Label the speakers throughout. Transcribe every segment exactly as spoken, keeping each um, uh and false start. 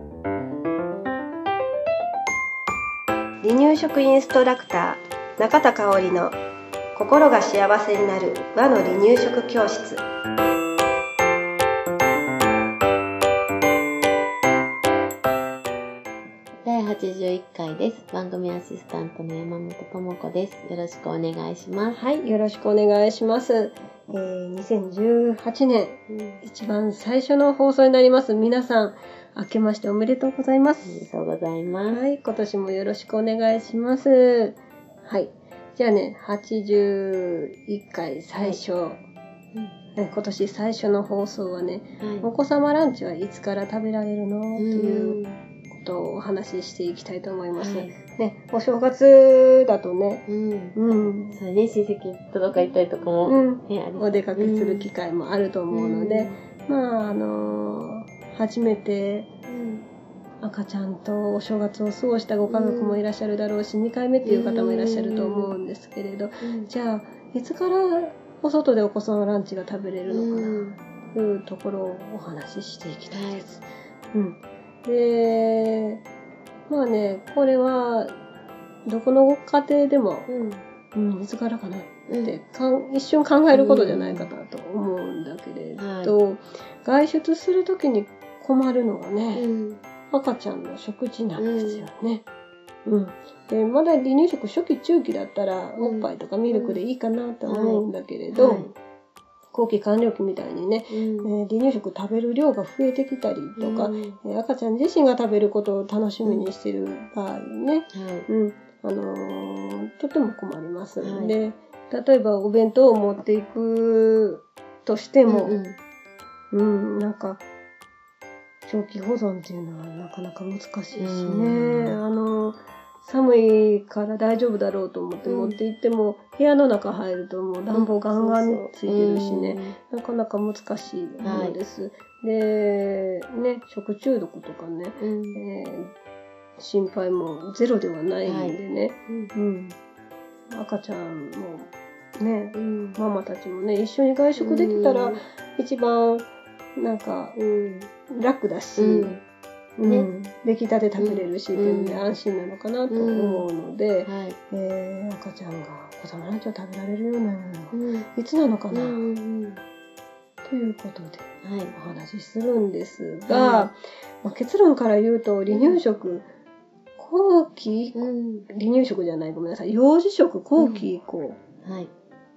Speaker 1: 離乳食インストラクター中田香織の心が幸せになる和の離乳食教室。
Speaker 2: だいはちじゅういっかいです。番組アシスタントの山本智子です。よろしくお願いします。
Speaker 1: はい、よろしくお願いします。えー、にせんじゅうはちねん、うん、一番最初の放送になります。皆さん明けましておめでとうございます。
Speaker 2: おめでとうございます。
Speaker 1: はい、今年もよろしくお願いします。はい、じゃあね、はちじゅういっかい最初、はい、うん、今年最初の放送はね、はい、お子様ランチはいつから食べられるのということをお話ししていきたいと思います。はい、ね、お正月だとね、うん、
Speaker 2: うん、そうね、親戚とどっか行ったりとかも、
Speaker 1: うんね、お出かけする機会もあると思うので、うん、まああのー、初めて赤ちゃんとお正月を過ごしたご家族もいらっしゃるだろうし、にかいめっていう方もいらっしゃると思うんですけれど、じゃあいつからお外でお子様ランチが食べれるのかなというところをお話ししていきたいです。うん、で、まあね、これはどこのご家庭でも、うんうん、いつからかなってかん一瞬考えることじゃないかなと思うんだけれど、うん、外出するときに困るのがね、うん、赤ちゃんの食事なんですよね。うん、でまだ離乳食初期中期だったら、うん、おっぱいとかミルクでいいかなと思うんだけれど、はいはい、後期完了期みたいにね、うん、えー、離乳食食べる量が増えてきたりとか、うん、赤ちゃん自身が食べることを楽しみにしている場合ね、うんうん、あのー、とても困ります。はい、で、例えばお弁当を持っていくとしても、うんうん、なんか長期保存っていうのはなかなか難しいしね、うん、あの寒いから大丈夫だろうと思って持って行っても、うん、部屋の中入るともう暖房ガンガンについてるしね、うん、なかなか難しいものです。はい、で、ね、食中毒とかね、うん、えー、心配もゼロではないんでね、はい、うんうん、赤ちゃんもね、うん、ママたちもね、一緒に外食できたら一番なんか、うん、楽だし、うんね、ね、出来たて食べれるし、うん、っていうので安心なのかなと思うので、うんはい、えー、赤ちゃんがお子様ランチを食べられるようなのは、うん、いつなのかな、うん、ということで、はい、お話しするんですが、はい、まあ、結論から言うと離乳食、後期、うん、離乳食じゃない、ごめんなさい、幼児食後期以降、うんはい、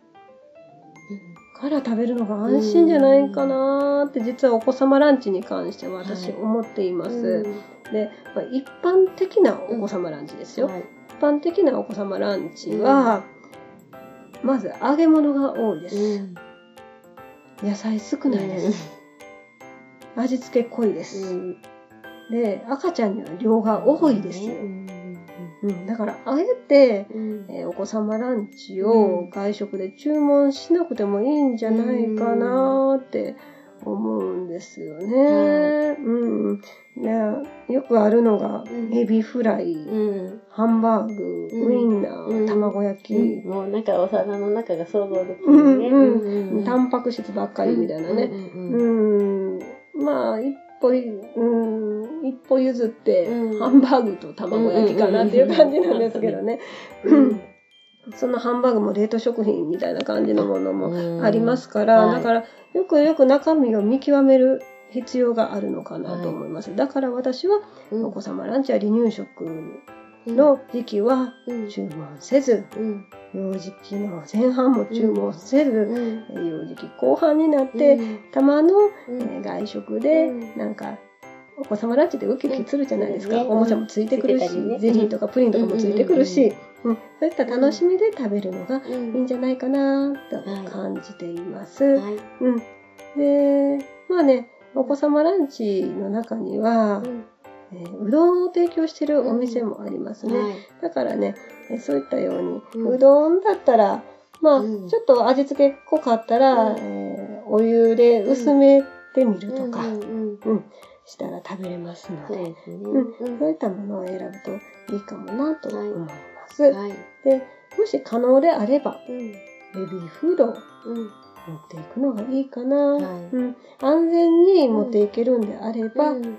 Speaker 1: から食べるのが安心じゃないかなって、実はお子様ランチに関しては私思っています。はい、で、まあ、一般的なお子様ランチですよ。はい、一般的なお子様ランチは、うん、まず揚げ物が多いです。うん、野菜少ないです。うん、味付け濃いです。うん、で、赤ちゃんには量が多いです。うんうん、だからあえて、うんえー、お子様ランチを外食で注文しなくてもいいんじゃないかなって思うんですよね。うんうん、ね、よくあるのが、うん、エビフライ、うん、ハンバーグ、うん、ウインナー、うん、卵焼き、
Speaker 2: うん、もうなんかお皿の中が想像できるね、うん
Speaker 1: うんうん、タンパク質ばっかりみたいなね、うんうんうん、まあ一歩、うん、一歩譲って、うん、ハンバーグと卵焼きかなっていう感じなんですけどね。そのハンバーグも冷凍食品みたいな感じのものもありますから、だからよくよく中身を見極める必要があるのかなと思います。はい、だから私は、うん、お子様ランチや離乳食の時期は注文せず、うん、幼児期の前半も注文せず、うん、幼児期後半になって、うん、たまの、うんえー、外食で、うん、なんかお子様ランチってウキウキするじゃないですか、うん、おもちゃもついてくるし、ね、ゼリーとかプリンとかもついてくるし、うんうん、そういった楽しみで食べるのがいいんじゃないかなと感じています。はいうん、でまあね、お子様ランチの中には、うんえー、うどんを提供しているお店もありますね。うんはい、だからね、そういったように、うん、うどんだったら、まあ、うん、ちょっと味付け濃かったら、うんえー、お湯で薄めてみるとか、うんうんうん、したら食べれますので、そうですね、うん、そういったものを選ぶといいかもなと思います。はいはい、でもし可能であれば、うん、ベビーフードを、うん持っていくのがいいかな、はいうん、安全に持っていけるんであれば、うん、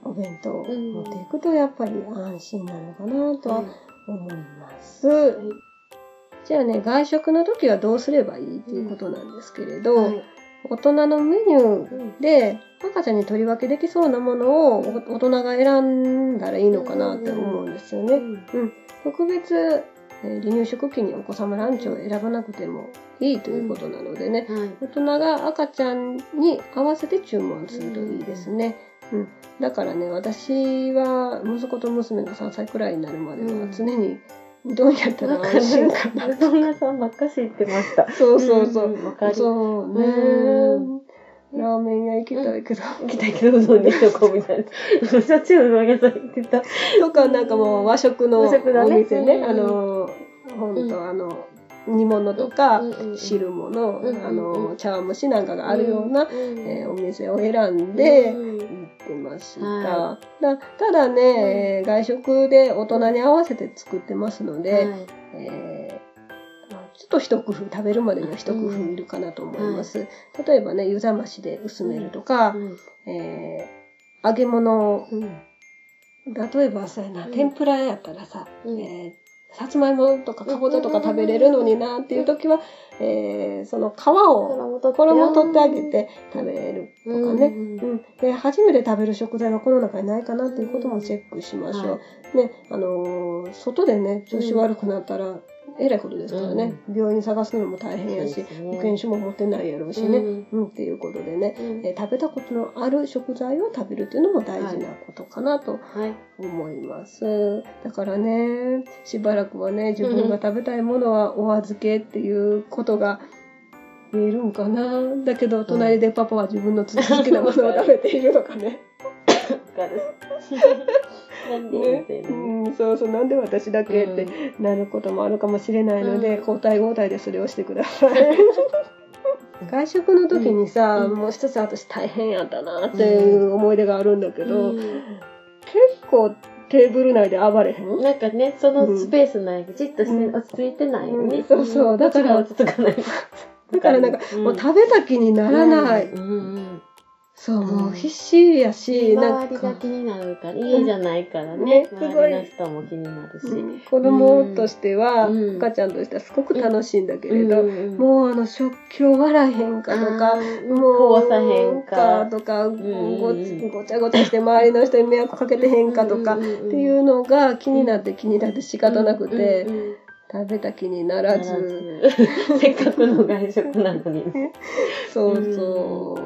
Speaker 1: お弁当を持っていくとやっぱり安心なのかなとは思います。はい、じゃあね、外食の時はどうすればいいっていうことなんですけれど、はい、大人のメニューで赤ちゃんに取り分けできそうなものを大人が選んだらいいのかなって思うんですよね。うん、特別離乳食期にお子様ランチを選ばなくてもいいということなのでね、うんはい、大人が赤ちゃんに合わせて注文するといいですね。うん、だからね、私は息子と娘がさんさいくらいになるまでは常にうどんやったら安心かな。
Speaker 2: うどん屋さんばっかし行ってました。
Speaker 1: そうそうそう。わ、うん、
Speaker 2: かる。
Speaker 1: そうね、うん。ラーメン屋行きたいけど。
Speaker 2: 行きたいけどうどんにしとこうみたいな。しょっちゅううどん屋さん行ってた。
Speaker 1: とかなんかもう和食のお店ね、ねあの、ほんとあの、煮物とか汁物、あの茶碗蒸しなんかがあるような、えー、お店を選んで行ってました。はい、だただね、外食で大人に合わせて作ってますので、はい、えー、ちょっと一工夫、食べるまでには一工夫いるかなと思います。はい、例えばね、湯冷ましで薄めるとか、えー、揚げ物を、例えばそうやな、天ぷらやったらさ、えーさつまいもとかかぼちゃとか食べれるのになっていう時は、えー、その皮を衣を取ってあげて食べるとかね、うんうん、で初めて食べる食材がこの中にないかなっていうこともチェックしましょう、はい、ね、あのー、外でね調子悪くなったらえらいことですからね、うん、病院探すのも大変やし、ね、保険証も持ってないやろうしね、うんうん、っていうことでね、うんえー、食べたことのある食材を食べるっていうのも大事なことかなと思います、はい、だからねしばらくはね自分が食べたいものはお預けっていうことが言えるんかな。だけど隣でパパは自分の好きなものを食べているとかね。
Speaker 2: わかる。なんで
Speaker 1: ね、うん、そうそう、なんで私だけってなることもあるかもしれないので、うん、交代交代でそれをしてください。外食の時にさ、うん、もう一つ私大変やったなっていう思い出があるんだけど、うん、結構テーブル内で暴れへん？
Speaker 2: なんかね、そのスペース内でじっとして、うん、落ち着いてないよね。
Speaker 1: うん、そうそう、だから
Speaker 2: 落ち着かない。
Speaker 1: だからなんか、うん、もう食べた気にならない。うんうんうんそう、もう必死やし、
Speaker 2: うん、周りが気になるから、家じゃないからね、ね周りの人も気になるし。うん、
Speaker 1: 子供としては、うん、赤ちゃんとしてはすごく楽しいんだけれど、うん、もうあの、食器を笑えへんかとか、
Speaker 2: もう、こぼさへんか
Speaker 1: とか、ご、ごちゃごちゃして周りの人に迷惑かけてへんかとか、っていうのが気になって気になって仕方なくて、食べた気にならず。
Speaker 2: せっかくの外食なのに。
Speaker 1: そうそう。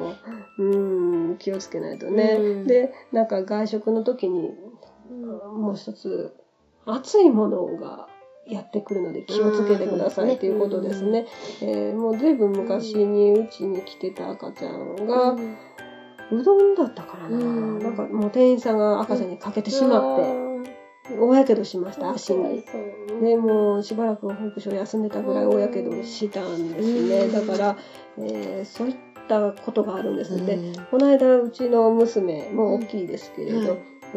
Speaker 1: うん、気をつけないとね。うん、で、なんか外食の時に、もう一つ、熱いものがやってくるので気をつけてくださいっていうことですね。うん、えー、もう随分昔にうちに来てた赤ちゃんが、うんうどんだったからな、うん、なんかもう店員さんが赤ちゃんにかけてしまって、大やけどしました、足に。で、もうしばらく保育所休んでたぐらい大やけどしたんですね。だから、えー、そういったことがあるんですので、うん、この間うちの娘も大きいですけれど、うん、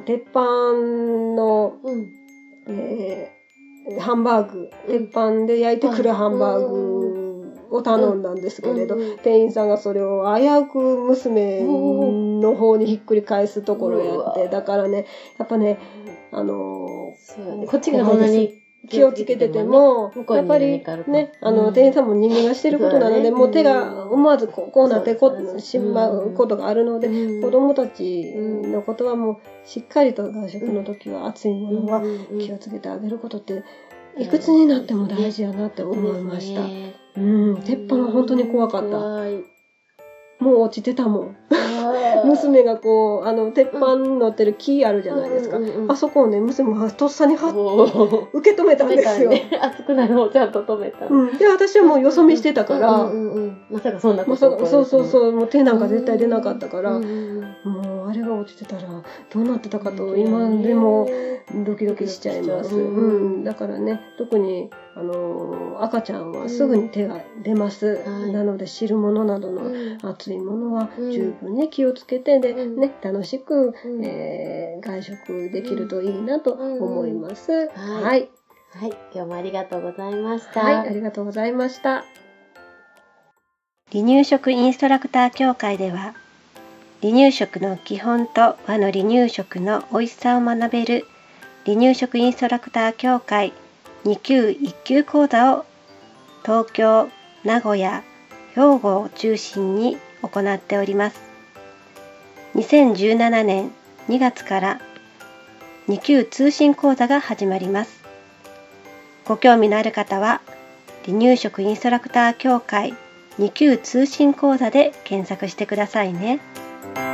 Speaker 1: 鉄板の、うんえー、ハンバーグ、鉄板で焼いてくるハンバーグを頼んだんですけれど、うん、店員さんがそれを危うく娘の方にひっくり返すところやって、だからね、やっぱね、あのー、
Speaker 2: こっちがそんなに
Speaker 1: 気をつけてても、やっぱりね、あの、店員さんも人間がしてることなので、もう手が思わずこうこうなってこしまうことがあるので、子供たちのことはもうしっかりと外食の時は熱いものは気をつけてあげることって、いくつになっても大事やなって思いました。うん、鉄板は本当に怖かった。もう落ちてたもん。娘がこう、あの、鉄板乗ってる木あるじゃないですか。うんうんうん、あそこをね、娘がとっさには受け止めたんですよ。
Speaker 2: ね、熱くなるのをちゃんと止めた。
Speaker 1: うん。で、私はもうよそ見してたから、
Speaker 2: うんうんうん、まさかそんなこと、
Speaker 1: まさか、そうそうそう、もう手なんか絶対出なかったから、うんうんうん、もうあれが落ちてたらどうなってたかと、今でもドキドキしちゃいます。うん。だからね、特に、あのー、赤ちゃんはすぐに手が出ます。うん、なので、汁物などの熱いものは十分に気をつけて、で、うん、ね、楽しく、うん、えー、外食できるといいなと思います。うん、はい。
Speaker 2: はい。はい。今日もありがとうございました。
Speaker 1: はい。ありがとうございました。離乳食インストラクター協会では、 離乳食の基本と和の離乳食の美味しさを学べる離乳食インストラクター協会に級いっ級講座を東京、名古屋、兵庫を中心に行っております。にせんじゅうななねんにがつからに級通信講座が始まります。ご興味のある方は離乳食インストラクター協会に級通信講座で検索してくださいね。